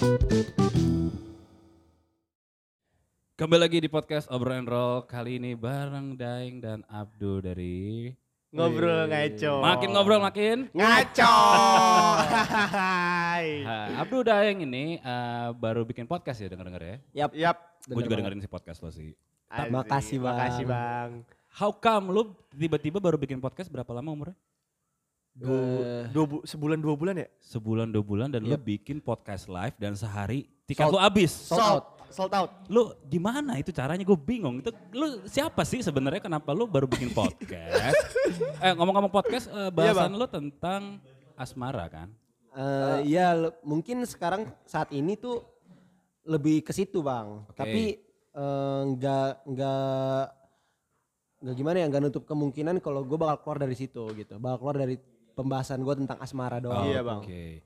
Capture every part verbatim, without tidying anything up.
Kembali lagi di podcast Obrol and Roll. Kali ini bareng Daeng dan Abdu dari Ngobrol ngaco. Makin Ngobrol Makin Ngaco. Ha, Abdu Daeng ini uh, baru bikin podcast ya, denger-denger ya. Yap. Yap. Gue juga dengerin si podcast lo sih. Asik. Makasih, Bang. Makasih Bang. How come lu tiba-tiba baru bikin podcast, berapa lama umurnya? Dua, Eh. dua bu- sebulan dua bulan ya? Sebulan dua bulan dan lu Yep. bikin podcast live dan sehari tiket Sold. lu habis. Sold out. Sold out. Lu gimana itu caranya, gue bingung. Itu lu siapa sih sebenarnya, kenapa lu baru bikin podcast? eh ngomong-ngomong podcast, uh, bahasan Bang. lu tentang asmara kan? Eh, ya le- mungkin sekarang saat ini tuh lebih ke situ Bang. Oke. Tapi eh, nggak nggak nggak gimana ya, nggak nutup kemungkinan kalau gue bakal keluar dari situ gitu. Bakal keluar dari pembahasan gue tentang asmara doang. Iya, Oh, Bang. Oke.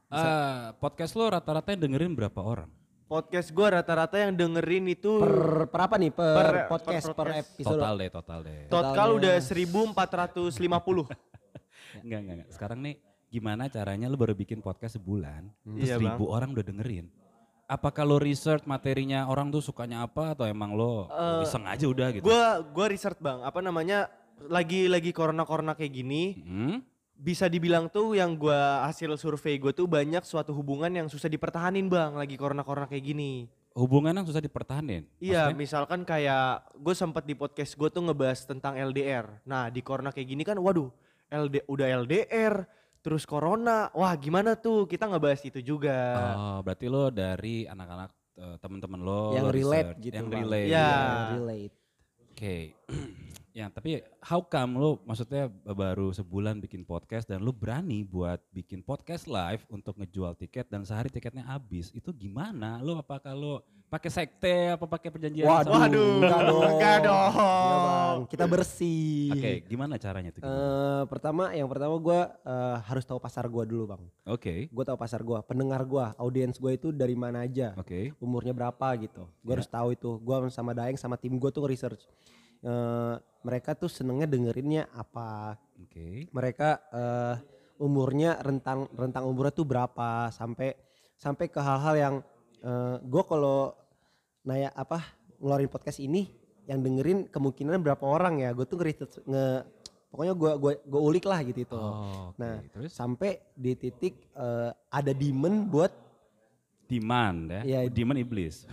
Eh, podcast lo rata-rata yang dengerin berapa orang? Podcast gue rata-rata yang dengerin itu Per, per apa nih? Per, Per- podcast, per per, podcast. episode. Total deh, total deh. total totalnya- udah seribu empat ratus lima puluh. Enggak, enggak, enggak. Sekarang nih gimana caranya lu baru bikin podcast sebulan, terus Iya, seribu orang udah dengerin. Apakah lo research materinya orang tuh sukanya apa atau emang lo Eh, iseng aja udah gitu? Gue gua research Bang, apa namanya lagi lagi corona-corona kayak gini, Hmm? bisa dibilang tuh yang gua hasil survei gue tuh banyak suatu hubungan yang susah dipertahanin Bang, lagi corona-corona kayak gini. Hubungan yang susah dipertahanin. Iya, Maksudnya? misalkan kayak gue sempat di podcast gue tuh ngebahas tentang L D R. Nah di corona kayak gini kan, waduh, L D udah L D R, terus corona, wah gimana tuh kita ngebahas itu juga. Oh, berarti lo dari anak-anak eh, teman-teman lo Yang lo relate research, gitu, yang Bang. relate. Iya. Yang relate. Oke. Ya, tapi how come lo maksudnya baru sebulan bikin podcast dan lo berani buat bikin podcast live untuk ngejual tiket dan sehari tiketnya habis. Itu gimana? Lo apakah lo pakai sekte apa pakai perjanjian? Waduh, sama- Waduh, enggak dong. enggak dong. Enggak, Bang. Kita bersih. Oke, gimana caranya tuh? gimana? Eh, pertama, yang pertama gue harus tahu pasar gue dulu Bang. Oke. Gue tahu pasar gue, pendengar gue, audiens gue itu dari mana aja, Oke. umurnya berapa gitu. Gue Ya. harus tahu itu. Gue sama Daeng sama tim gue tuh research. Eh, mereka tuh senengnya dengerinnya apa. Oke. Mereka eh, umurnya rentang rentang umurnya tuh berapa sampai sampai ke hal-hal yang gue kalau nanya apa ngeluarin podcast ini yang dengerin kemungkinan berapa orang ya. Gue tuh nge, nge pokoknya gue gue gue ulik lah gitu itu. Oh, oke. Nah, Terus sampai di titik eh, ada demand buat, demand ya. Iya. Demand iblis.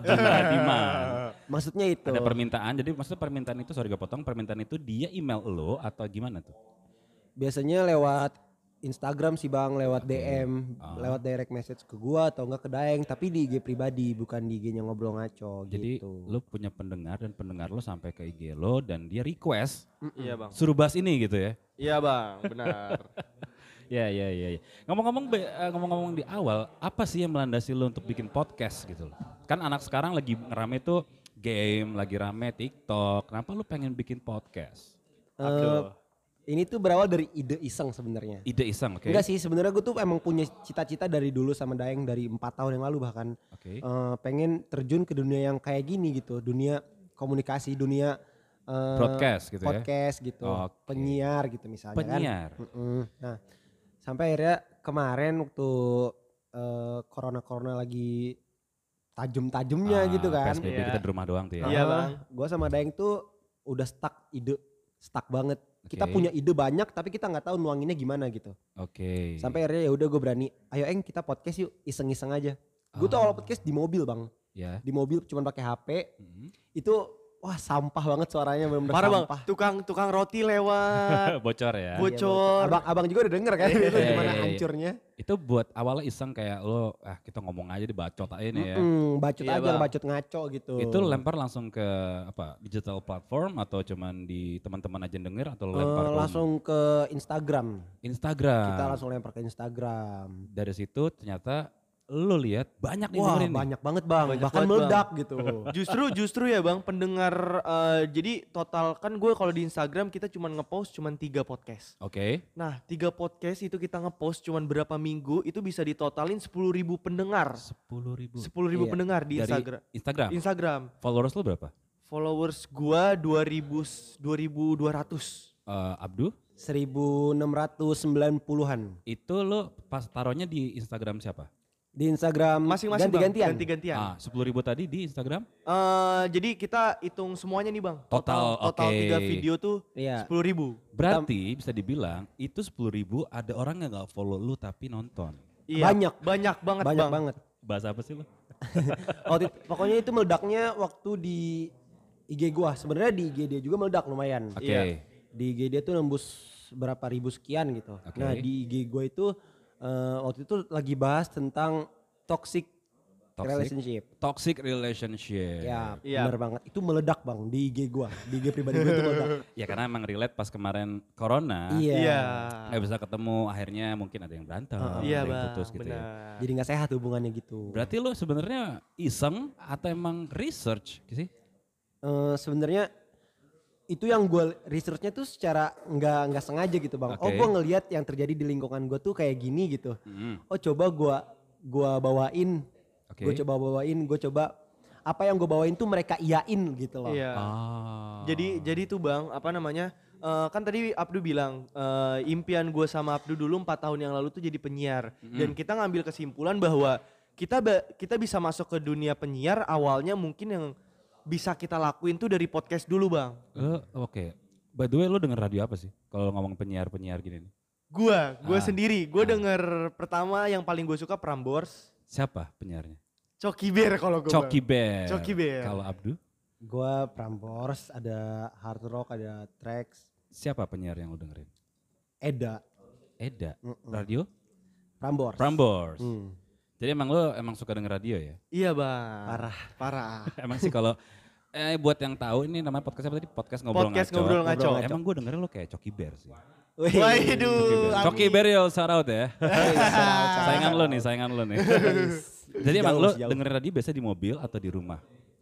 Demand. maksudnya itu Ada permintaan. Jadi maksudnya permintaan itu, sorry gue potong, permintaan itu dia email lo atau gimana tuh? biasanya lewat Instagram sih Bang, lewat Oke. D M, Ah. lewat direct message ke gua atau enggak ke Daeng, tapi di I G pribadi bukan di I G-nya Ngobrol Ngaco Jadi gitu. lo punya pendengar dan pendengar lo sampai ke I G lo dan dia request Iya Bang. suruh bahas ini gitu ya. Iya Bang, benar. Ya ya ya. ya. Ngomong-ngomong be- eh, ngomong-ngomong di awal, apa sih yang melandasi lo untuk bikin podcast gitu loh? Kan anak sekarang lagi ngerame tuh game, lagi rame TikTok. Kenapa lo pengen bikin podcast? Eh, Aduh. ini tuh berawal dari ide iseng sebenarnya. Ide iseng, oke? Enggak sih, sebenarnya gue tuh emang punya cita-cita dari dulu sama Daeng dari empat tahun yang lalu bahkan. Oke. Eh, pengen terjun ke dunia yang kayak gini gitu, dunia komunikasi, dunia eh, Broadcast gitu ya? podcast gitu, Oke. penyiar gitu misalnya kan. Penyiar. Mm-mm. Nah, sampai akhirnya kemarin waktu eh, corona-corona lagi tajem-tajemnya Ah, gitu kan. P S B B Iya. kita di rumah doang tuh ya. Iya, Bang. Gue sama Daeng tuh udah stuck ide, stuck banget. Kita Oke. punya ide banyak tapi kita nggak tahu nuanginnya gimana gitu. Oke. Sampai akhirnya ya udah gue berani, ayo Eng kita podcast yuk, iseng-iseng aja. Gue tuh Ah. awal podcast di mobil Bang, Ya. di mobil cuman pakai H P. Mhm. Itu wah sampah banget suaranya, bener-bener Parah Bang, sampah. tukang tukang roti lewat. Bocor ya. Bo- Iya, bocor. Abang, abang juga udah denger kan itu Iya, gimana iya, iya. hancurnya. Itu buat awalnya iseng kayak lo, ah kita ngomong aja dibacot aja nih ya. Mm-mm, bacot Iya, aja, Bang. bacot ngaco gitu. Itu lo lempar langsung ke apa digital platform atau cuman di teman-teman aja yang denger atau lo Eh, lempar ke langsung ke Instagram. Instagram. Kita langsung lempar ke Instagram. Dari situ ternyata lo lihat banyak nih Wah dengerin nih. banyak banget Bang, Banyak bahkan banget, meledak gitu. Justru justru ya Bang, pendengar eh, jadi total kan gue kalau di Instagram kita cuma ngepost cuma tiga podcast. Oke. Nah, tiga podcast itu kita ngepost cuma berapa minggu itu bisa ditotalin sepuluh ribu pendengar. Sepuluh ribu. sepuluh ribu Iya. pendengar di Dari Instagram. Instagram. Instagram. Followers lo berapa? Followers gua dua ribu dua ribu dua ratus. Eh, Abdu? seribu enam ratus sembilan puluhan. Itu lo pas taruhnya di Instagram siapa? Di Instagram Masing-masing bang, ganti-gantian. ganti-gantian. Ah, sepuluh ribu tadi di Instagram? Eh, jadi kita hitung semuanya nih bang. Total, total oke. tiga video tuh Iya. sepuluh ribu. Berarti bisa dibilang itu sepuluh ribu ada orang yang gak follow lu tapi nonton. Iya, Banyak. banyak banget Banyak bang. banget. Bahasa apa sih lu? Waktu itu- pokoknya itu meledaknya waktu di I G gua. Sebenarnya di I G dia juga meledak lumayan. Oke. Iya. Di I G dia tuh nembus berapa ribu sekian gitu. Oke. Nah di I G gua itu eh, waktu itu lagi bahas tentang toxic, Toxic relationship. Toxic relationship. Ya Iya. bener banget. Itu meledak bang di I G gua. Di I G pribadi gua itu meledak. Ya karena emang relate pas kemarin corona. Iya. Iya. Nggak bisa ketemu, akhirnya mungkin ada yang berantem, Iya ada yang bang, putus gitu ya. benar. Jadi nggak sehat hubungannya gitu. Berarti lu sebenarnya iseng atau emang research sih? Eh, sebenarnya itu yang gue researchnya tuh secara nggak nggak sengaja gitu bang. Oh Oke. gue ngelihat yang terjadi di lingkungan gue tuh kayak gini gitu. Hmm. Oh coba gue gua bawain, Oke. gue coba bawain, gue coba apa yang gue bawain tuh mereka iyain gitu loh. Iya. Ah. Jadi jadi tuh bang, apa namanya? eh, kan tadi Abdu bilang eh, impian gue sama Abdu dulu empat tahun yang lalu tuh jadi penyiar. Dan kita ngambil kesimpulan bahwa kita ba- kita bisa masuk ke dunia penyiar awalnya mungkin yang bisa kita lakuin tuh dari podcast dulu bang. Eh, Oke. By the way lu denger radio apa sih? Kalau ngomong penyiar-penyiar gini nih. Gua, gua Ah. sendiri, gua Ah. denger pertama yang paling gue suka Prambors, Siapa penyiarnya? Coki Bear kalau gue. Coki Bear. Coki Bear. Kalau Abdu? Gue Prambors, ada Hard Rock, ada Trax, Siapa penyiar yang lu dengerin? Eda, Eda. Mm-mm. Radio? Prambors. Prambors. Hmm, Jadi emang lu emang suka denger radio ya? Iya bang. parah. Parah. Emang sih kalau eh buat yang tahu ini namanya podcast apa tadi? Podcast ngobrol Podcast ngaco. ngobrol ngaco. Ngobrol ngaco. Emang gue dengerin lo kayak Coki Bear sih. Wih. Waduh. Coki Bear yo shout out ya. saingan lo nih, saingan lo nih. Jadi emang Jauh, lo jauh. dengerin radio biasa di mobil atau di rumah?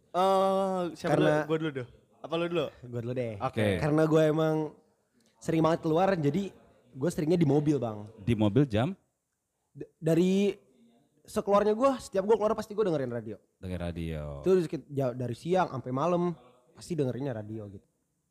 Eh, siapa Karena- dulu? Gue dulu deh. Apa lu dulu? Gue dulu deh. Oke. Karena gue emang sering banget keluar, jadi gue seringnya di mobil bang. Di mobil jam D- dari sekeluarnya gue, setiap gue keluar pasti gue dengerin radio. denger radio. Itu sekit- ja- dari siang sampai malam pasti dengerinnya radio gitu.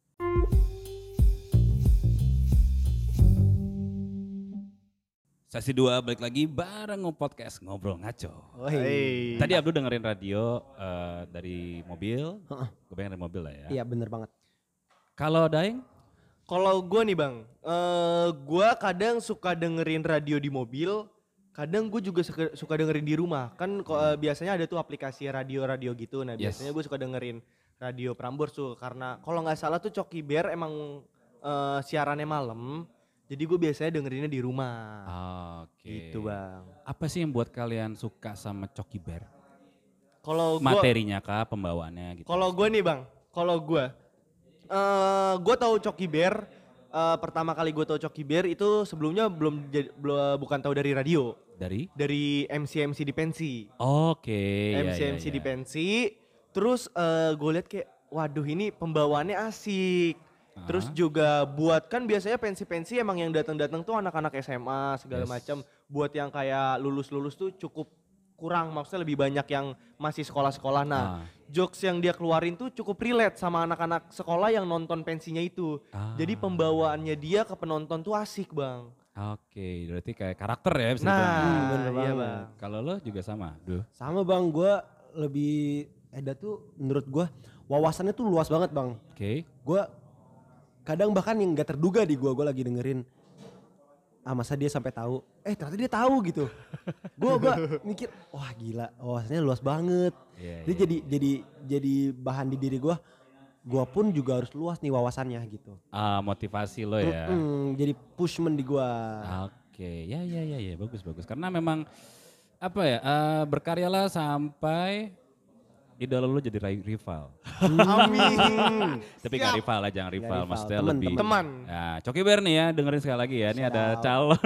Sesi dua balik lagi bareng podcast ngobrol ngaco. Hey. Tadi Abdu dengerin radio eh, dari mobil. Gue pengen dari mobil lah ya. Iya bener banget. Kalau Daeng? Kalau gue nih bang, eh gue kadang suka dengerin radio di mobil, kadang gue juga suka, suka dengerin di rumah. Kan ko- eh, biasanya ada tuh aplikasi radio-radio gitu. Nah Yes. biasanya gue suka dengerin radio Prambors tuh, karena kalau nggak salah tuh Coki Bear emang eh, siarannya malam. Jadi gue biasanya dengerinnya di rumah. Oke. Gitu bang. Apa sih yang buat kalian suka sama Coki Bear? Kalau gue Materinya kah, pembawaannya gitu? Kalau gue nih bang, kalau gue, eh gue tahu Coki Bear. eh, pertama kali gue tahu Coki Bear itu sebelumnya belum jadi- belum bukan tahu dari radio, Dari? dari M C M C di pensi, Oke. M C ya, M ya, C di ya. pensi. Terus eh, gue lihat kayak, waduh ini pembawaannya asik. Terus Ah. juga buat kan biasanya pensi-pensi emang yang datang-datang tuh anak-anak S M A segala Yes. macam. Buat yang kayak lulus-lulus tuh cukup kurang, maksudnya lebih banyak yang masih sekolah-sekolah. Nah, Ah. jokes yang dia keluarin tuh cukup relate sama anak-anak sekolah yang nonton pensinya itu. Ah. Jadi pembawaannya dia ke penonton tuh asik bang. Oke, berarti kayak karakter ya bisa Nah, dibilang. Hmm, bener iya banget. bang. Kalau lo juga sama, duh. Sama bang, gue lebih Eda tuh menurut gue wawasannya tuh luas banget bang. Oke. Gue kadang bahkan yang gak terduga di gue, gue lagi dengerin. Ah masa dia sampai tahu? Eh ternyata dia tahu gitu. Gue gua mikir, wah gila, wawasannya luas banget. Iya, Jadi iya. jadi jadi jadi bahan di diri gue. Gue pun juga harus luas nih wawasannya gitu. Ah, motivasi lo ya. Mm-mm, jadi pushman di gue. Oke, ya ya ya ya bagus bagus. Karena memang apa ya? eh, berkaryalah sampai idola lu jadi ri- rival. Amin. Tapi gak rival lah, jangan rival. rival, Maksudnya temen, lebih. teman. Nah, Coki Bear nih ya, dengerin sekali lagi ya. Ini ada Siap. calon.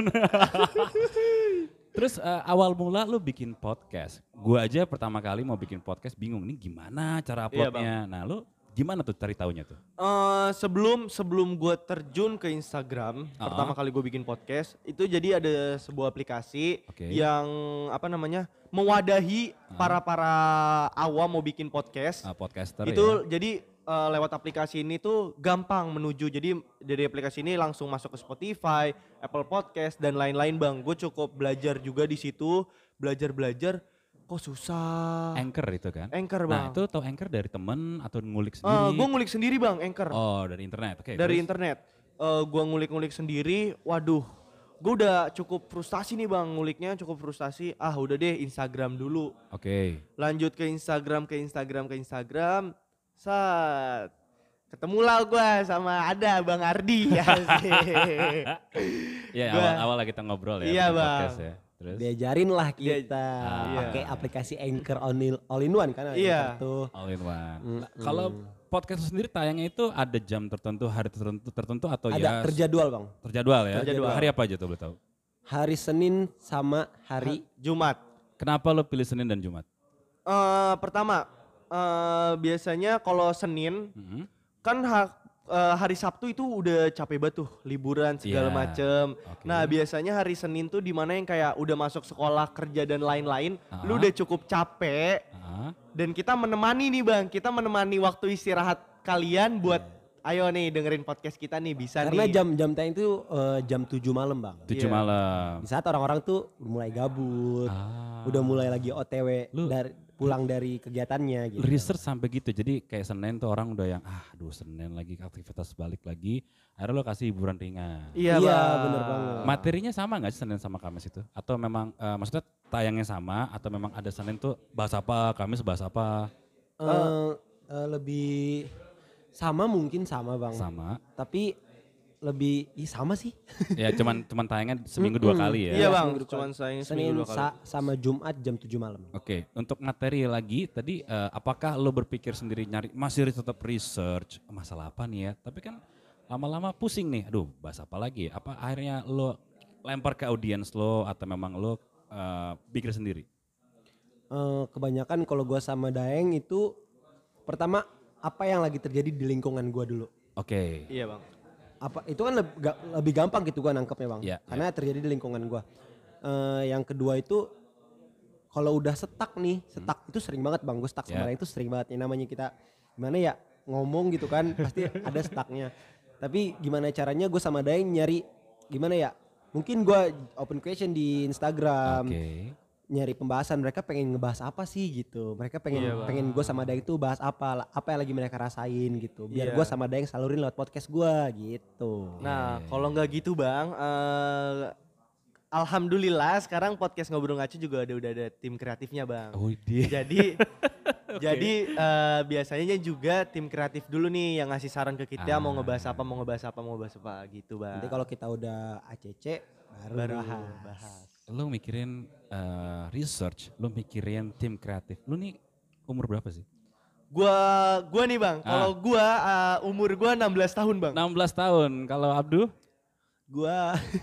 Terus eh, awal mula lu bikin podcast. Gua aja pertama kali mau bikin podcast bingung nih gimana cara Iya, uploadnya. Nah lu gimana tuh cari taunya tuh? Eh, sebelum sebelum gue terjun ke Instagram, Ah. pertama kali gue bikin podcast, itu jadi ada sebuah aplikasi Oke. yang apa namanya mewadahi para para awam mau bikin podcast. Ah, podcaster Itu ya. jadi eh, lewat aplikasi ini tuh gampang menuju. Jadi dari aplikasi ini langsung masuk ke Spotify, Apple Podcast dan lain-lain bang. Gue cukup belajar juga di situ belajar-belajar kok susah. Anchor itu kan? Anchor Nah bang. itu tau Anchor dari temen atau ngulik Eh, sendiri? gue ngulik sendiri bang Anchor. Oh dari internet, oke. Dari terus? internet. Eh gue ngulik-ngulik sendiri, waduh. Gue udah cukup frustasi nih bang, nguliknya cukup frustasi. Ah udah deh Instagram dulu. Oke. Lanjut ke Instagram, ke Instagram, ke Instagram. Saat ketemulah gue sama ada Bang Ardi. Asik. Ya Gua- awal-awal lah kita ngobrol ya. Iya, bikin Bang. podcast ya. Terus? Diajarin lah Dia- kita Ah. pakai aplikasi Anchor all in, all in one kan Iya. Anchor tuh. All in one. Mm, Nah, kalau podcast lu sendiri tayangnya itu ada jam tertentu, hari tertentu, tertentu atau Ada ya terjadwal bang. terjadwal ya? Terjadwal. Hari apa aja tuh boleh tahu? Hari Senin sama hari Jumat. Kenapa lo pilih Senin dan Jumat? Eh pertama, eh biasanya kalau Senin Mhm. kan ha- eh, hari Sabtu itu udah capek banget tuh, liburan segala Iya, macem. oke. Nah biasanya hari Senin tuh dimana yang kayak udah masuk sekolah, kerja dan lain-lain, Ah. lu udah cukup capek. Ah, Dan kita menemani nih bang, kita menemani waktu istirahat kalian buat ayo nih dengerin podcast kita nih bisa karena nih. jam jam tayang itu eh, jam tujuh malam bang. tujuh Iya. malam. Di saat orang-orang tuh mulai gabut, Ah. udah mulai lagi O T W Lu- dari pulang dari kegiatannya gitu. Research sampai gitu, jadi kayak Senin tuh orang udah yang ah aduh Senin lagi aktivitas balik lagi, akhirnya lo kasih hiburan ringan. Iya, Iya, Bang. bener banget. Materinya sama nggak sih Senin sama Kamis itu? Atau memang eh, maksudnya tayangnya sama atau memang ada Senin tuh bahas apa, Kamis bahas apa? Eh, eh, lebih sama mungkin sama bang. Sama. Tapi lebih ih sama sih. Ya cuman cuman tayangnya seminggu dua kali ya. Iya bang, seminggu dua cuman kali. sayang Senin seminggu dua kali. sa- sama Jumat jam tujuh malam. Oke, untuk materi lagi tadi eh, apakah lo berpikir sendiri nyari masih tetap research masalah apa nih ya? Tapi kan lama-lama pusing nih. Aduh, bahas apa lagi? ya? Apa akhirnya lo lempar ke audiens lo atau memang lo eh, pikir sendiri? Eh, kebanyakan kalau gua sama Daeng itu pertama apa yang lagi terjadi di lingkungan gua dulu. Oke. Iya bang. Apa itu kan lebih, lebih gampang gitu gua nangkepnya bang. Iya, Karena terjadi di lingkungan gua. Eh, yang kedua itu kalau udah setak nih, setak itu sering banget bang. Gue stuck sama Ya. Daeng itu sering banget. Yang namanya kita gimana ya ngomong gitu kan pasti ada stucknya. Tapi gimana caranya gue sama Daeng nyari gimana ya? Mungkin gua open question di Instagram. Oke. Nyari pembahasan mereka pengen ngebahas apa sih gitu, mereka pengen Iya, Bang. pengen gue sama Daeng tuh bahas apa apa yang lagi mereka rasain gitu, biar Iya. gue sama Daeng salurin lewat podcast gue gitu. Nah kalau nggak gitu bang, eh, alhamdulillah sekarang podcast ngobrol ngaco juga ada udah ada tim kreatifnya bang. Oh dia. Jadi jadi eh, biasanya juga tim kreatif dulu nih yang ngasih saran ke kita Ah. mau ngebahas apa, mau ngebahas apa, mau ngebahas apa gitu bang. Nanti kalau kita udah A C C baru, baru bahas. bahas. Lo mikirin eh, research, lo mikirin tim kreatif. Lo nih umur berapa sih? Gua gua nih bang, Ah. kalau gua eh, umur gua enam belas tahun bang. enam belas tahun. Kalau Abdu? Gue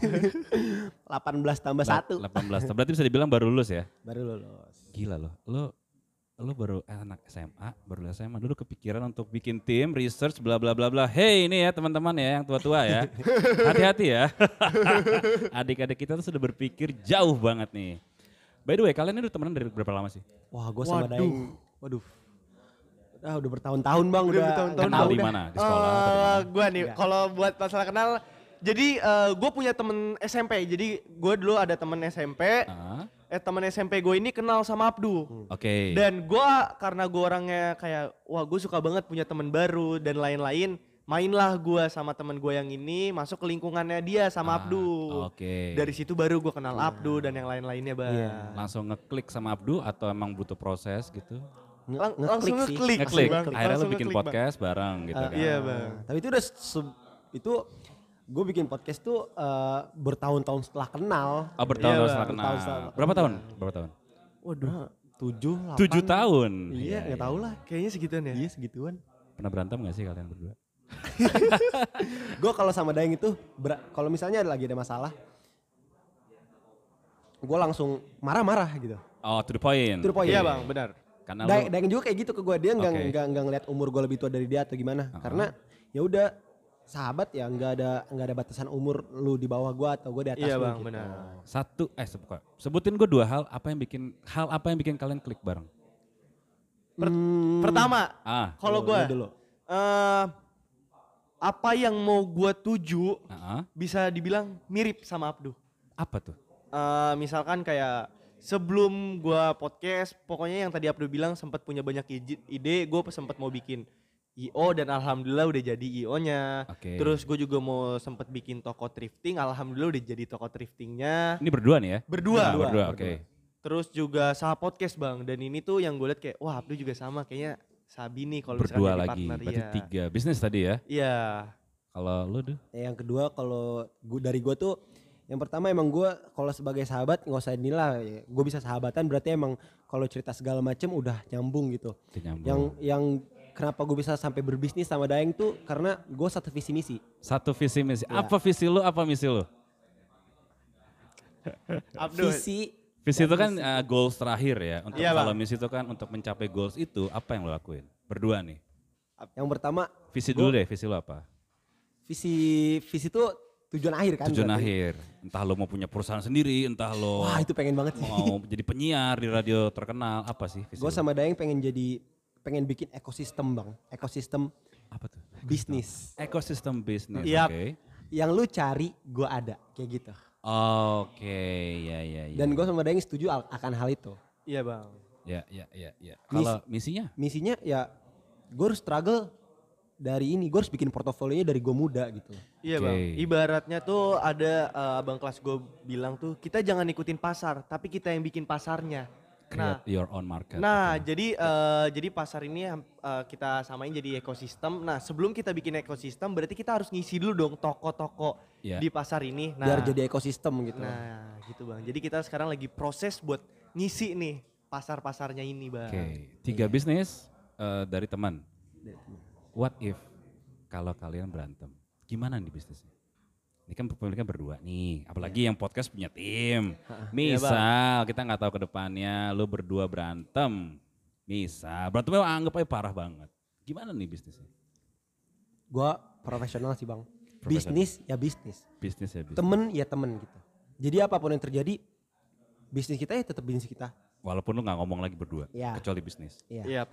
delapan belas tambah satu delapan belas. Berarti bisa dibilang baru lulus ya? baru lulus. Gila loh. Lo lo baru eh, anak S M A, baru lulus S M A dulu kepikiran untuk bikin tim research bla bla bla bla. Hey ini ya teman-teman ya yang tua-tua ya. Hati-hati ya. Adik-adik kita tuh sudah berpikir jauh banget nih. By the way, kalian ini udah temenan dari berapa lama sih? Wah gue sama Waduh. Daeng, waduh, udah udah bertahun-tahun bang, Udah udah bertahun-tahun. Kenal di udah. mana? Di sekolah atau di Eh, mana? gua nih Enggak. kalau buat masalah kenal, jadi gue punya temen S M P. Jadi gue dulu ada temen S M P. Ah, Eh temen S M P gue ini kenal sama Abdu. Oke. Dan gue karena gue orangnya kayak wah gue suka banget punya temen baru dan lain-lain. Mainlah gue sama temen gue yang ini masuk ke lingkungannya dia sama Ah, Abdu. Oke. Dari situ baru gue kenal Abdu dan yang lain-lainnya bang. Iya. Langsung ngeklik sama Abdu atau emang butuh proses gitu? Nge- Lang- ngeklik langsung sih. ngeklik. Ngeklik. Bang. Akhirnya lo Langsung bikin ngeklik, Bang. podcast bareng gitu Eh, kan? Iya bang. Tapi itu udah se- itu gue bikin podcast tuh eh, bertahun-tahun setelah kenal. Oh bertahun-tahun Iya, setelah Bang. kenal. Bertahun setelah Berapa kenal. tahun? Berapa tahun? Waduh, tujuh, delapan. Tujuh tahun. Iya, nggak tahu lah. Kayaknya segituan ya. Iya segituan. Pernah berantem gak sih kalian berdua? Gue kalau sama Daeng itu, ber- kalau misalnya lagi ada masalah, gue langsung marah-marah gitu. Oh to the point. To the point. Iya Oke. bang, benar. Karena Daeng, lu, Daeng juga kayak gitu ke gue, dia nggak Oke. nggak nggak ngeliat umur gue lebih tua dari dia atau gimana. Uh-uh. Karena ya udah sahabat ya, nggak ada nggak ada batasan umur lu di bawah gue atau gue di atas Iya lu bang, gitu. benar. satu, eh sebuka- sebutin gue dua hal apa yang bikin hal apa yang bikin kalian klik bareng? Per- Hmm, Pertama, Ah, kalau lu- gue lu dulu. eh apa yang mau gue tuju ah, bisa dibilang mirip sama Abdu. apa tuh? Eh misalkan kayak sebelum gua podcast, pokoknya yang tadi Abdul bilang sempat punya banyak ide, ide gue sempat mau bikin I O dan alhamdulillah udah jadi I O-nya. Oke. Terus gue juga mau sempat bikin toko thrifting, alhamdulillah udah jadi toko thriftingnya. Ini berdua nih ya? Berdua. Nah, Berdua, berdua, berdua. oke. Terus juga sama podcast bang, dan ini tuh yang gue liat kayak wah Abdul juga sama kayaknya Sabi nih kalau misalkan Berdua jadi lagi, partner. berarti Iya. tiga bisnis tadi ya? Iya. Kalau lu tuh? Yang kedua kalau gua, dari gue tuh yang pertama emang gue kalau sebagai sahabat nggak usah inilah ya. Gue bisa sahabatan berarti emang kalau cerita segala macem udah nyambung gitu. Itu nyambung. Yang yang kenapa gue bisa sampai berbisnis sama Daeng tuh karena gue satu visi misi. Satu visi misi. Ya. Apa visi lu, apa misi lu? Abdul. Visi Visi itu kan uh, goals terakhir ya. Untuk Iya, kalau Bang. misi itu kan untuk mencapai goals itu apa yang lo lakuin? Berdua nih. yang pertama Visi Gua- dulu deh, visi lo apa? visi visi tuh tujuan akhir kan. Tujuan berarti. akhir. Entah lo mau punya perusahaan sendiri, entah lo Wah itu pengen banget sih. mau jadi penyiar di radio terkenal, apa sih visi Gue lo? sama Daeng pengen jadi pengen bikin ekosistem bang, ekosistem Apa tuh? bisnis. Ekosistem bisnis, Yap. oke. Yang lu cari gue ada kayak gitu. Oke, ya ya ya. Dan gue sama Daeng setuju al- akan hal itu. Iya bang. Ya ya ya ya. Kalau misinya? Misinya ya gue harus struggle dari ini, gue harus bikin portofolionya dari gue muda gitu. Iya Oke. bang, ibaratnya tuh ada uh, abang kelas gue bilang tuh kita jangan ikutin pasar, tapi kita yang bikin pasarnya. Nah, Create your own market. nah Oke. jadi uh, jadi pasar ini uh, kita samain jadi ekosistem. Nah sebelum kita bikin ekosistem, berarti kita harus ngisi dulu dong toko-toko Iya. di pasar ini. Nah, Biar jadi ekosistem gitu. nah gitu bang. Jadi kita sekarang lagi proses buat ngisi nih pasar-pasarnya ini bang. Oke, tiga bisnis eh, dari teman. What if kalau kalian berantem? Gimana nih bisnisnya? Ini kan pemilikan berdua nih, apalagi yang podcast punya tim. Misal kita nggak tahu ke depannya, lu berdua berantem. Misal berantemnya anggap aja parah banget. Gimana nih bisnisnya? Gue profesional sih bang. Profesional. Bisnis ya bisnis. Bisnis ya bisnis. Temen ya temen gitu. Jadi apapun yang terjadi, bisnis kita ya tetap bisnis kita. Walaupun lu nggak ngomong lagi berdua, Iya. kecuali bisnis. Iya. Iya.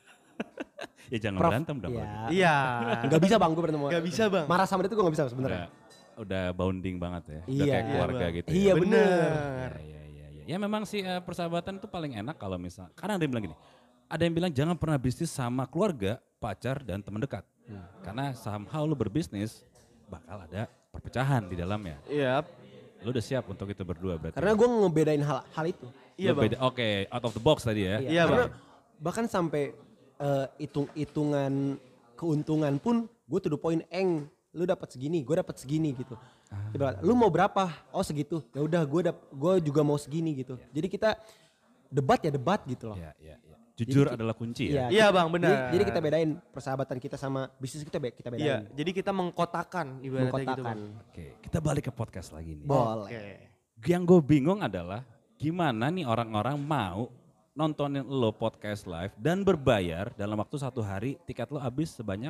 Ya jangan Prof, berantem dong. iya. kalau Iya. Gak bisa bang gue berantem. Gak bisa bang. Marah sama dia tuh gue gak bisa gitu. sebenarnya. Udah, udah bonding banget ya. Udah Iya. kayak keluarga Iya, Bang. gitu. ya. Iya bener. Ya, ya, ya, ya. Ya memang sih eh, persahabatan itu paling enak kalau misal, karena ada yang bilang gini, ada yang bilang jangan pernah bisnis sama keluarga, pacar dan teman dekat. Karena somehow lu berbisnis bakal ada perpecahan di dalamnya. Iya. Lu udah siap untuk itu berdua berarti. Karena gue ngebedain hal hal itu. Iya Lu bang. beda- Oke, out of the box tadi ya. Iya, Karena Bang. bahkan sampai eh, hitung-hitungan keuntungan pun gue to the point eng lu dapat segini, gue dapat segini gitu. Ah. Ibarat, lu mau berapa? Oh segitu. Ya udah gue dap gue juga mau segini gitu. Jadi kita debat ya debat gitu loh. Ya, ya, ya. Jujur Jadi- adalah kunci ya. Iya bang Jadi, benar. jadi kita bedain persahabatan kita sama bisnis kita be- kita Iya. bedain. Jadi kita mengkotakan ibaratnya gitu Mengkotakan. bang. Oke, kita balik ke podcast lagi nih. Boleh. Oke. Yang gue bingung adalah gimana nih orang-orang mau nontonin lo podcast live dan berbayar dalam waktu satu hari, tiket lo habis sebanyak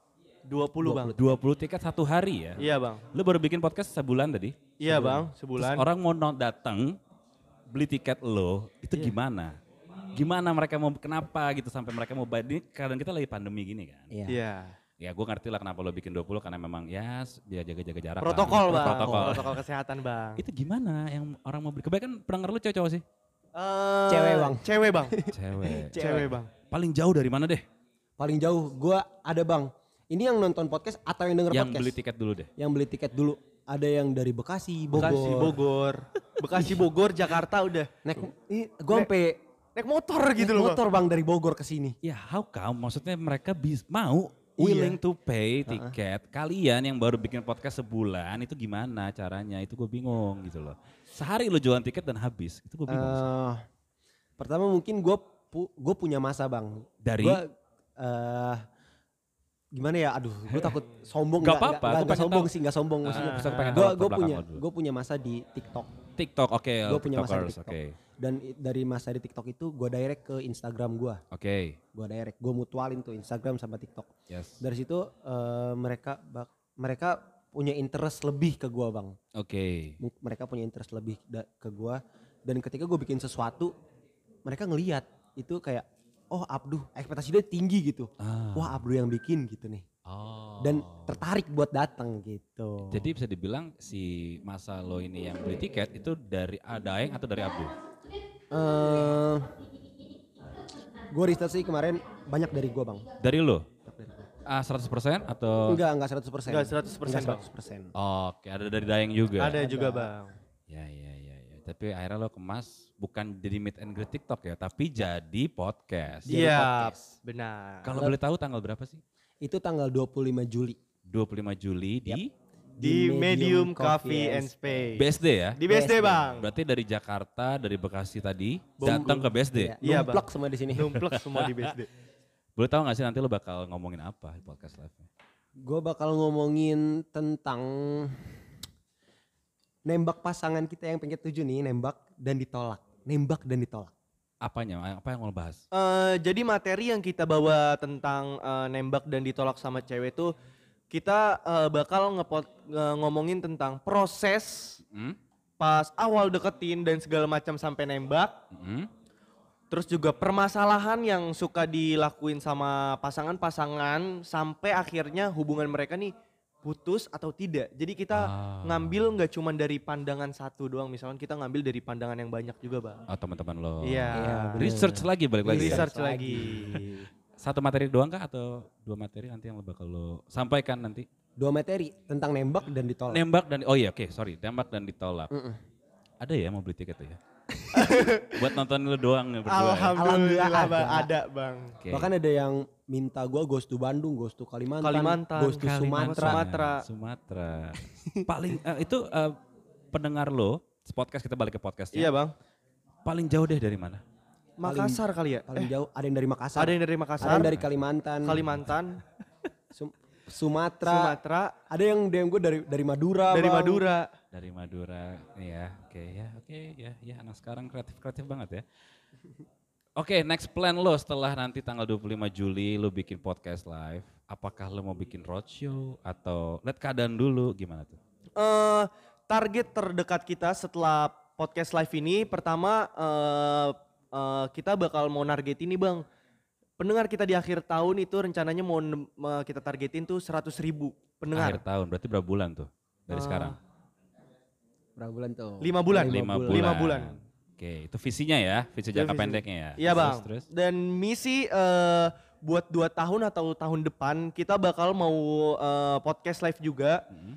dua puluh bang. dua puluh tiket satu hari ya. Iya bang. Lo baru bikin podcast sebulan tadi. Iya bang. Terus Sebulan. orang mau no- datang beli tiket lo, itu Iya. gimana? Gimana mereka mau, kenapa gitu sampai mereka mau bayar, ini kadang kita lagi pandemi gini kan. Iya. Iya. Ya gue ngerti lah kenapa lo bikin dua puluh karena memang ya biar jaga-jaga jarak. lah. Protokol bang. Protokol. Protokol kesehatan bang. Itu gimana yang orang mau beli? Kebanyakan pendengar lo cowok-cowok sih? Eh, Cewek, Bang. Cewek bang. Cewek. Cewek bang. Paling jauh dari mana deh? Paling jauh gue ada bang. Ini yang nonton podcast atau yang denger Yang podcast? beli tiket dulu deh. Yang beli tiket dulu. Ada yang dari Bekasi, Bogor. Bekasi Bogor. Bekasi Bogor Jakarta udah. Naik, ini gue sampai Naik motor gitu naik loh. motor bang dari Bogor ke sini. Ya how come? Maksudnya mereka bis, mau Iya. willing to pay tiket. Kalian yang baru bikin podcast sebulan itu gimana caranya? Itu gue bingung gitu loh. Sehari lo jualan tiket dan habis. Itu gue bingung. sih. Eh, pertama mungkin gue pu gue punya masa bang. Dari? Gua, eh, gimana ya? Aduh, gue takut sombong. Gak nggak- apa-apa, nggak- gua nggak pengen sombong tahu. sih, nggak sombong. Maksudnya, Ah, saya pengen tahu gue latar gue belakang punya lo dulu. gue punya masa di TikTok. TikTok, oke. Gue punya masa di TikTokers, TikTok. oke. Dan i- dari masa di TikTok itu gue direct ke Instagram gue. Oke, Gue direct, gue mutualin tuh Instagram sama TikTok. yes. Dari situ eh, mereka bak- mereka punya interest lebih ke gue bang. Oke. M- Mereka punya interest lebih da- ke gue. Dan ketika gue bikin sesuatu, mereka ngelihat itu kayak, oh Abduh, ekspektasi dia tinggi gitu. Ah. Wah Abduh yang bikin gitu nih. Oh. Dan tertarik buat datang gitu. Jadi bisa dibilang si masa lo ini yang beli tiket itu dari Adaeng atau dari Abdul? Eh, gue research sih kemarin banyak dari gue bang. Dari lo? Banyak dari gua. Ah seratus persen atau? Enggak, enggak seratus persen. Enggak seratus persen, Enggak Bang. seratus persen. Oke, ada dari Daeng juga. Ada juga bang. Ya, ya, ya, ya. Tapi akhirnya lo kemas bukan jadi meet and greet TikTok ya, tapi jadi podcast. Jadi Iya, podcast. benar. Kalau boleh tahu tanggal berapa sih? Itu tanggal dua puluh lima Juli. dua puluh lima Juli di Di Medium Coffee and Space. B S D ya? Di B S D B S D. bang. Berarti dari Jakarta, dari Bekasi tadi, Bom- datang ke B S D. Iya, Iya, numplak Bang. semua di sini. Numplek semua di B S D. Boleh tahu gak sih nanti lo bakal ngomongin apa di podcast live-nya? Gue bakal ngomongin tentang nembak pasangan kita yang pengen tuju nih, nembak dan ditolak. Nembak dan ditolak. Apanya? Apa yang mau lo bahas? Eh, jadi materi yang kita bawa tentang eh, nembak dan ditolak sama cewek itu kita eh, bakal ngepot, nge- ngomongin tentang proses Hmm? pas awal deketin dan segala macam sampai nembak. Hmm? Terus juga permasalahan yang suka dilakuin sama pasangan-pasangan sampai akhirnya hubungan mereka nih putus atau tidak. Jadi kita Ah. ngambil nggak cuma dari pandangan satu doang, misalkan kita ngambil dari pandangan yang banyak juga bang. Oh teman-teman lo. Iya. Iya, bener. Research lagi balik lagi. ya? Research Research lagi. Satu materi doang kah atau dua materi nanti yang lo bakal lo sampaikan nanti? Dua materi tentang nembak dan ditolak. Nembak dan oh iya oke sorry nembak dan ditolak. Mm-mm. Ada ya mau beli tiket tuh ya? Buat nonton lu doang nih berdua. ya? Alhamdulillah, Alhamdulillah Bang, ada. ada bang. Oke. Bahkan ada yang minta gue ghost to Bandung, ghost to Kalimantan, Kalimantan, ghost to Kalimantan. Sumatera. Sumatera. Sumatera. Paling eh, itu eh, pendengar lo podcast kita balik ke podcastnya. Iya bang. Paling jauh deh dari mana? Makassar kali ya? Paling jauh ada yang dari Makassar, Ada yang dari ada Makassar, yang dari Kalimantan, Kalimantan, Sum- Sumatera, Sumatera, ada yang D M gue dari dari Madura, dari Bang. Madura. Dari Madura. Iya, oke ya, oke ya, ya anak sekarang kreatif-kreatif banget ya. Oke, next plan lo setelah nanti tanggal dua puluh lima Juli lo bikin podcast live, apakah lo mau bikin roadshow atau lihat keadaan dulu gimana tuh? Eh, target terdekat kita setelah podcast live ini pertama eh, eh, kita bakal mau narget ini bang. Pendengar kita di akhir tahun itu rencananya mau nem- eh, kita targetin tuh seratus ribu pendengar. Akhir tahun, berarti berapa bulan tuh dari Ah, sekarang? Berapa bulan tuh? Lima bulan. Lima bulan. bulan. Lima bulan. Oke, itu visinya ya, visi Itu jangka visi. pendeknya ya. Iya Terus, bang. Terus, Dan misi eh, buat dua tahun atau tahun depan kita bakal mau eh, podcast live juga Hmm.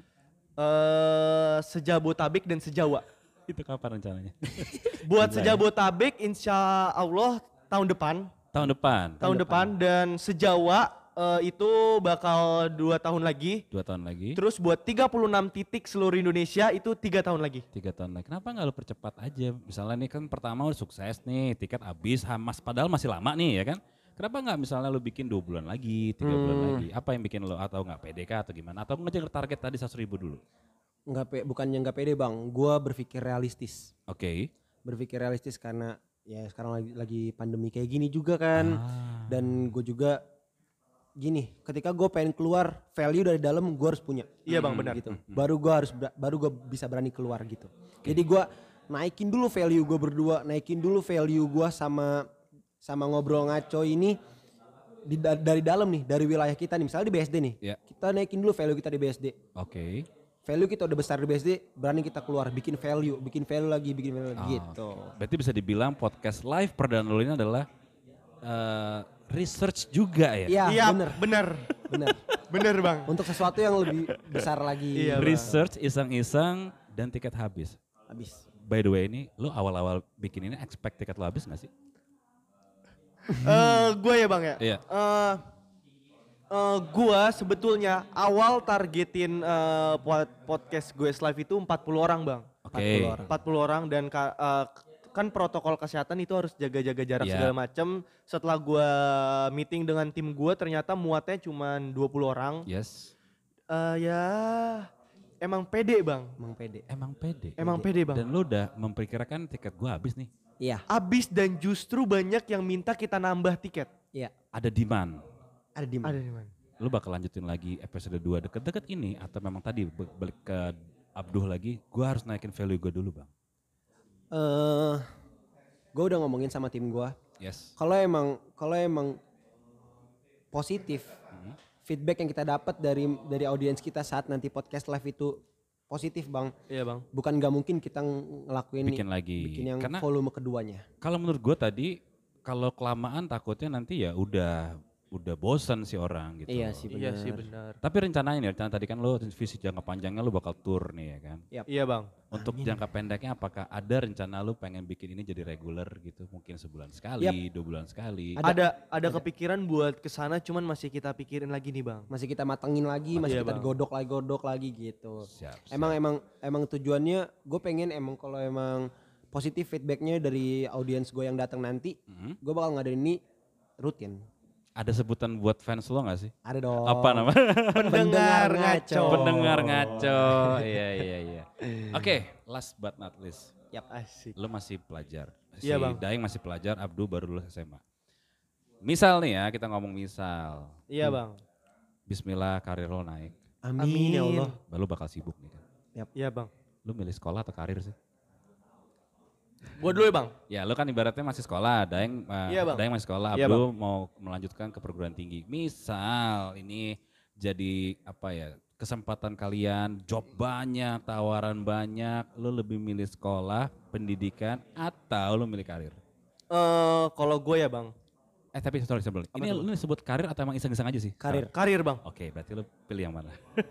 eh sejabotabek dan sejawa. Itu kapan rencananya? Buat Gila ya. sejabotabek insya Allah tahun depan. Tahun depan, Tahun depan dan sejawa eh, itu bakal dua tahun lagi. dua tahun lagi, Terus buat tiga puluh enam titik seluruh Indonesia itu tiga tahun lagi. tiga tahun lagi. Kenapa nggak lo percepat aja? Misalnya nih kan pertama udah sukses nih, tiket habis, hamas padahal masih lama nih ya kan? Kenapa nggak misalnya lo bikin dua bulan lagi, tiga bulan Hmm. lagi? Apa yang bikin lo atau nggak pede kah atau gimana? Atau ngejar target tadi seratus ribu dulu? Nggak pe, bukannya nggak pede bang, gue berpikir realistis. Oke. Berpikir realistis karena ya sekarang lagi, lagi pandemi kayak gini juga kan. Ah. Dan gue juga gini, ketika gue pengen keluar value dari dalam gue harus punya. Iya bang benar. Gitu. Baru gue harus ber- baru gue bisa berani keluar gitu. Jadi gue naikin dulu value gue berdua, naikin dulu value gue sama sama ngobrol ngaco ini di, da- dari dalam nih, dari wilayah kita nih. Misalnya di B S D nih, Ya. kita naikin dulu value kita di B S D. Oke. Value kita udah besar di B S D, berani kita keluar, bikin value, bikin value lagi, bikin value lagi Oh, gitu. Berarti bisa dibilang podcast live perdana lo ini adalah eh, research juga ya? Iya, Iya bener, benar. bener. Benar bang. Untuk sesuatu yang lebih besar lagi. Iya, Bang. Research iseng-iseng dan tiket habis. Habis. By the way ini, lo awal-awal bikin ini expect tiket lo habis gak sih? Eh gue ya bang ya. Iya. Eh eh, gue sebetulnya awal targetin eh, pod- podcast gue live itu empat puluh orang bang. Oke. empat puluh orang. empat puluh orang dan ka- eh, kan protokol kesehatan itu harus jaga-jaga jarak Iya. segala macam. Setelah gue meeting dengan tim gue ternyata muatnya cuma dua puluh orang. Yes. Eh, ya emang pede bang. Emang pede. Emang pede. Emang pede bang. Dan lo udah memperkirakan tiket gua habis nih. Iya, Abis dan justru banyak yang minta kita nambah tiket. iya. Ada demand. Ada di Ada di mana? Lo bakal lanjutin lagi episode dua deket-deket ini atau memang tadi be- balik ke Abduh lagi, gua harus naikin value gua dulu bang. Eh, gue udah ngomongin sama tim gue. Yes. Kalau emang, kalau emang positif, Hmm. feedback yang kita dapat dari dari audiens kita saat nanti podcast live itu positif bang. Iya bang. Bukan nggak mungkin kita ngelakuin Bikin lagi. bikin yang Karena volume keduanya. kalau menurut gue tadi kalau kelamaan takutnya nanti ya udah udah bosan si orang gitu. Iya sih Iya benar. sih benar. Tapi rencananya nih, rencana tadi kan lo visi jangka panjangnya lo bakal tour nih ya kan. Yap. Iya bang. Untuk Amin. jangka pendeknya apakah ada rencana lo pengen bikin ini jadi reguler gitu? Mungkin sebulan sekali, dua bulan sekali. Ada. Ada ada, Ada. kepikiran buat kesana, cuman masih kita pikirin lagi nih bang. Masih kita matengin lagi, masih Iya, kita Bang. godok lagi godok lagi gitu. Siap, siap. Emang emang emang tujuannya gue pengen emang kalau emang positif feedbacknya dari audiens gue yang datang nanti, Mhm. gue bakal ngadain ini rutin. Ada sebutan buat fans lo gak sih? Ada dong. Apa nama? Pendengar ngaco. Pendengar ngaco. Iya iya iya. Oke, last but not least. Yap. Asik. Lo masih pelajar. Si Iya, Bang. Daeng masih pelajar, Abdu baru lulus S M A. Misal nih ya, kita ngomong misal. Iya bang. Bismillah karir lo naik. Amin, Amin. ya Allah. Lo bakal sibuk nih kan. Iya bang. Lo milih sekolah atau karir sih? Gua dulu ya bang. Ya lo kan ibaratnya masih sekolah, Daeng, uh, Iya, Bang. Daeng masih sekolah, Iya, Abdu mau melanjutkan ke perguruan tinggi. Misal ini jadi apa ya, kesempatan kalian, job banyak, tawaran banyak, lo lebih milih sekolah, pendidikan, atau lo milih karir? Eh kalau gue ya bang. Eh tapi sorry sebelum, Apa ini tuh, lo sebut karir atau emang iseng-iseng aja sih? Karir. Karir bang. Oke, berarti lo pilih yang mana?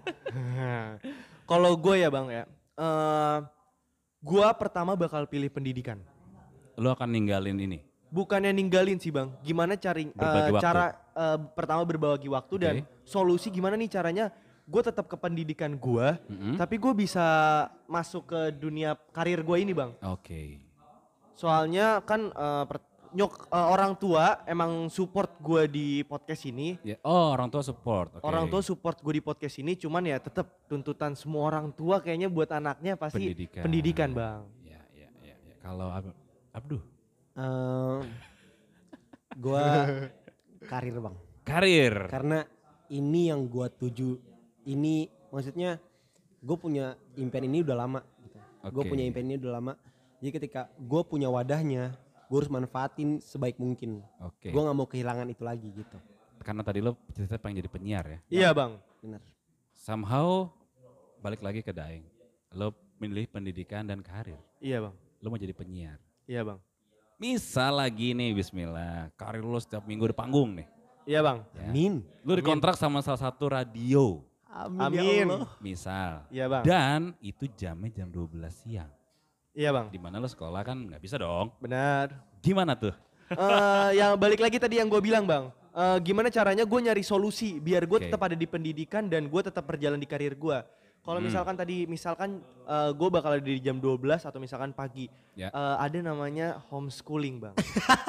Kalau gue ya bang ya. Eh gue pertama bakal pilih pendidikan. Lo akan ninggalin ini? Bukannya ninggalin sih bang. Gimana cari eh, Berbagi waktu. cara eh, pertama berbagi waktu dan Oke. solusi gimana nih caranya? Gue tetap ke pendidikan gue, Mm-mm. tapi gue bisa masuk ke dunia karir gue ini bang. Oke. Soalnya kan eh, per- nyok eh, orang tua emang support gue di podcast ini. Ya, oh orang tua support. Oke. Orang tua support gue di podcast ini, cuman ya tetap tuntutan semua orang tua kayaknya buat anaknya pasti Pendidikan. pendidikan, bang. Ya, ya, ya, ya. Kalau Ab- Abdu? Eh, gue karir bang. Karir. Karena ini yang gue tuju. Ini maksudnya gue punya impian ini udah lama. Gitu. Gue Oke. punya impian ini udah lama. Jadi ketika gue punya wadahnya, gue harus manfaatin sebaik mungkin. Oke. Gue nggak mau kehilangan itu lagi gitu. Karena tadi lo cerita pengen jadi penyiar ya. Iya, bang. Bener. Somehow balik lagi ke Daeng. Lo milih pendidikan dan karir. Iya, bang. Lo mau jadi penyiar. Iya, bang. Misal lagi nih bismillah. Karir lo setiap minggu di panggung nih. Iya, bang. Ya. Amin. Lo dikontrak sama salah satu radio. Amin. Misal. Iya, bang. Dan itu jamnya jam dua belas siang. Iya, bang. Dimana lo sekolah kan nggak bisa dong. Benar. Gimana tuh? Eh yang balik lagi tadi yang gue bilang, bang. Eh, gimana caranya gue nyari solusi biar gue Oke. tetap ada di pendidikan dan gue tetap berjalan di karir gue. Kalau Hmm. misalkan tadi misalkan gue bakal ada di jam dua belas atau misalkan pagi. Ya. Eh, ada namanya homeschooling, bang.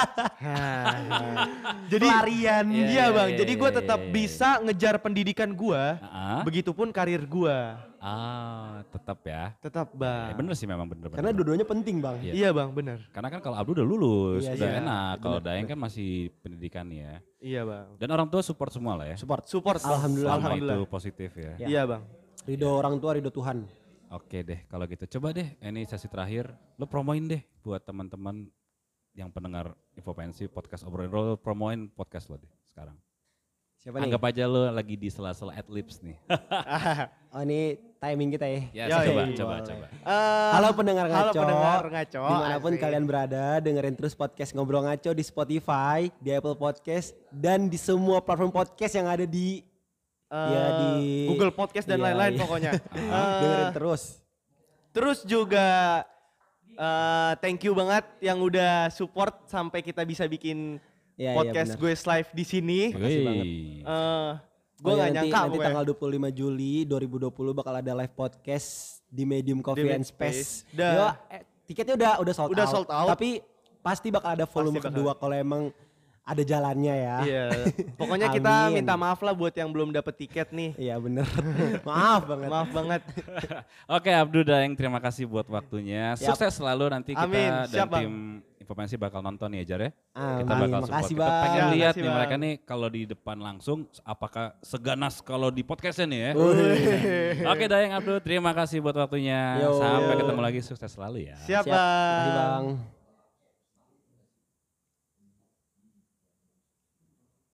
Jadi Pelarian. Iya, Iya iya, bang, iya, jadi gue iya, tetap iya. bisa ngejar pendidikan gue, Ah, begitupun karir gue, ah, tetap ya. tetap Ya, bang. bener sih memang bener. Karena bener. dua-duanya penting bang. Iya. Iya bang, benar. Karena kan kalau Abdu udah lulus, Iya, udah iya. enak. Kalau Bener, Daeng kan masih pendidikan ya. Iya bang. Dan orang tua support semua lah ya. Support. Support. Bang. Alhamdulillah. Selama Alhamdulillah. itu positif ya. Ya. Iya bang. Ridho orang tua, ridho Tuhan. Oke deh, kalau gitu coba deh ini sesi terakhir. Lo promoin deh buat teman-teman yang pendengar Infopensi podcast obrolan lo, promoin podcast lo deh sekarang. Siapa nih? Anggap aja lo lagi di sela-sela adlibs nih. Oh ini timing kita ya. Ya, Yoi. coba, Boleh. coba, coba. Eh, Halo pendengar ngaco. Halo pendengar ngaco. Dimanapun asik. kalian berada, dengerin terus podcast Ngobrol Ngaco di Spotify, di Apple Podcast, dan di semua platform podcast yang ada di Eh, ya, di- Google Podcast dan Iya, lain-lain iya. pokoknya. Ah, Eh, dengerin terus. Terus juga eh, thank you banget yang udah support sampai kita bisa bikin Ya, ya, podcast benar. gue live di sini. Makasih banget. Wih. Eh, gue Oh ya, gak nanti, nyangka nanti pokoknya. tanggal dua puluh lima Juli dua ribu dua puluh bakal ada live podcast di Medium Coffee Medium and Space. Space. Dan- Yo, eh, tiketnya udah udah sold Udah out. sold out. Tapi pasti bakal ada volume Pasti bakal. kedua kalau emang ada jalannya ya. Iya. Pokoknya kita Amin. minta maaf lah buat yang belum dapet tiket nih. Iya bener. Maaf banget. Maaf banget. Oke Abdu Daeng, terima kasih buat waktunya. Siap. Sukses selalu nanti kita Amin. dan Siap, Bang. tim Infopensi bakal nonton ya Jar ya. Amin. Kita bakal support. Makasih, Kita Bang. pengen Ya, lihat makasih, nih Bang. mereka nih kalau di depan langsung apakah seganas kalau di podcastnya nih ya. Wih. Oke Daeng Abdu, terima kasih buat waktunya. Yo. Sampai Yo. ketemu lagi, sukses selalu ya. Siap, Siap. Makasih Bang. Bang.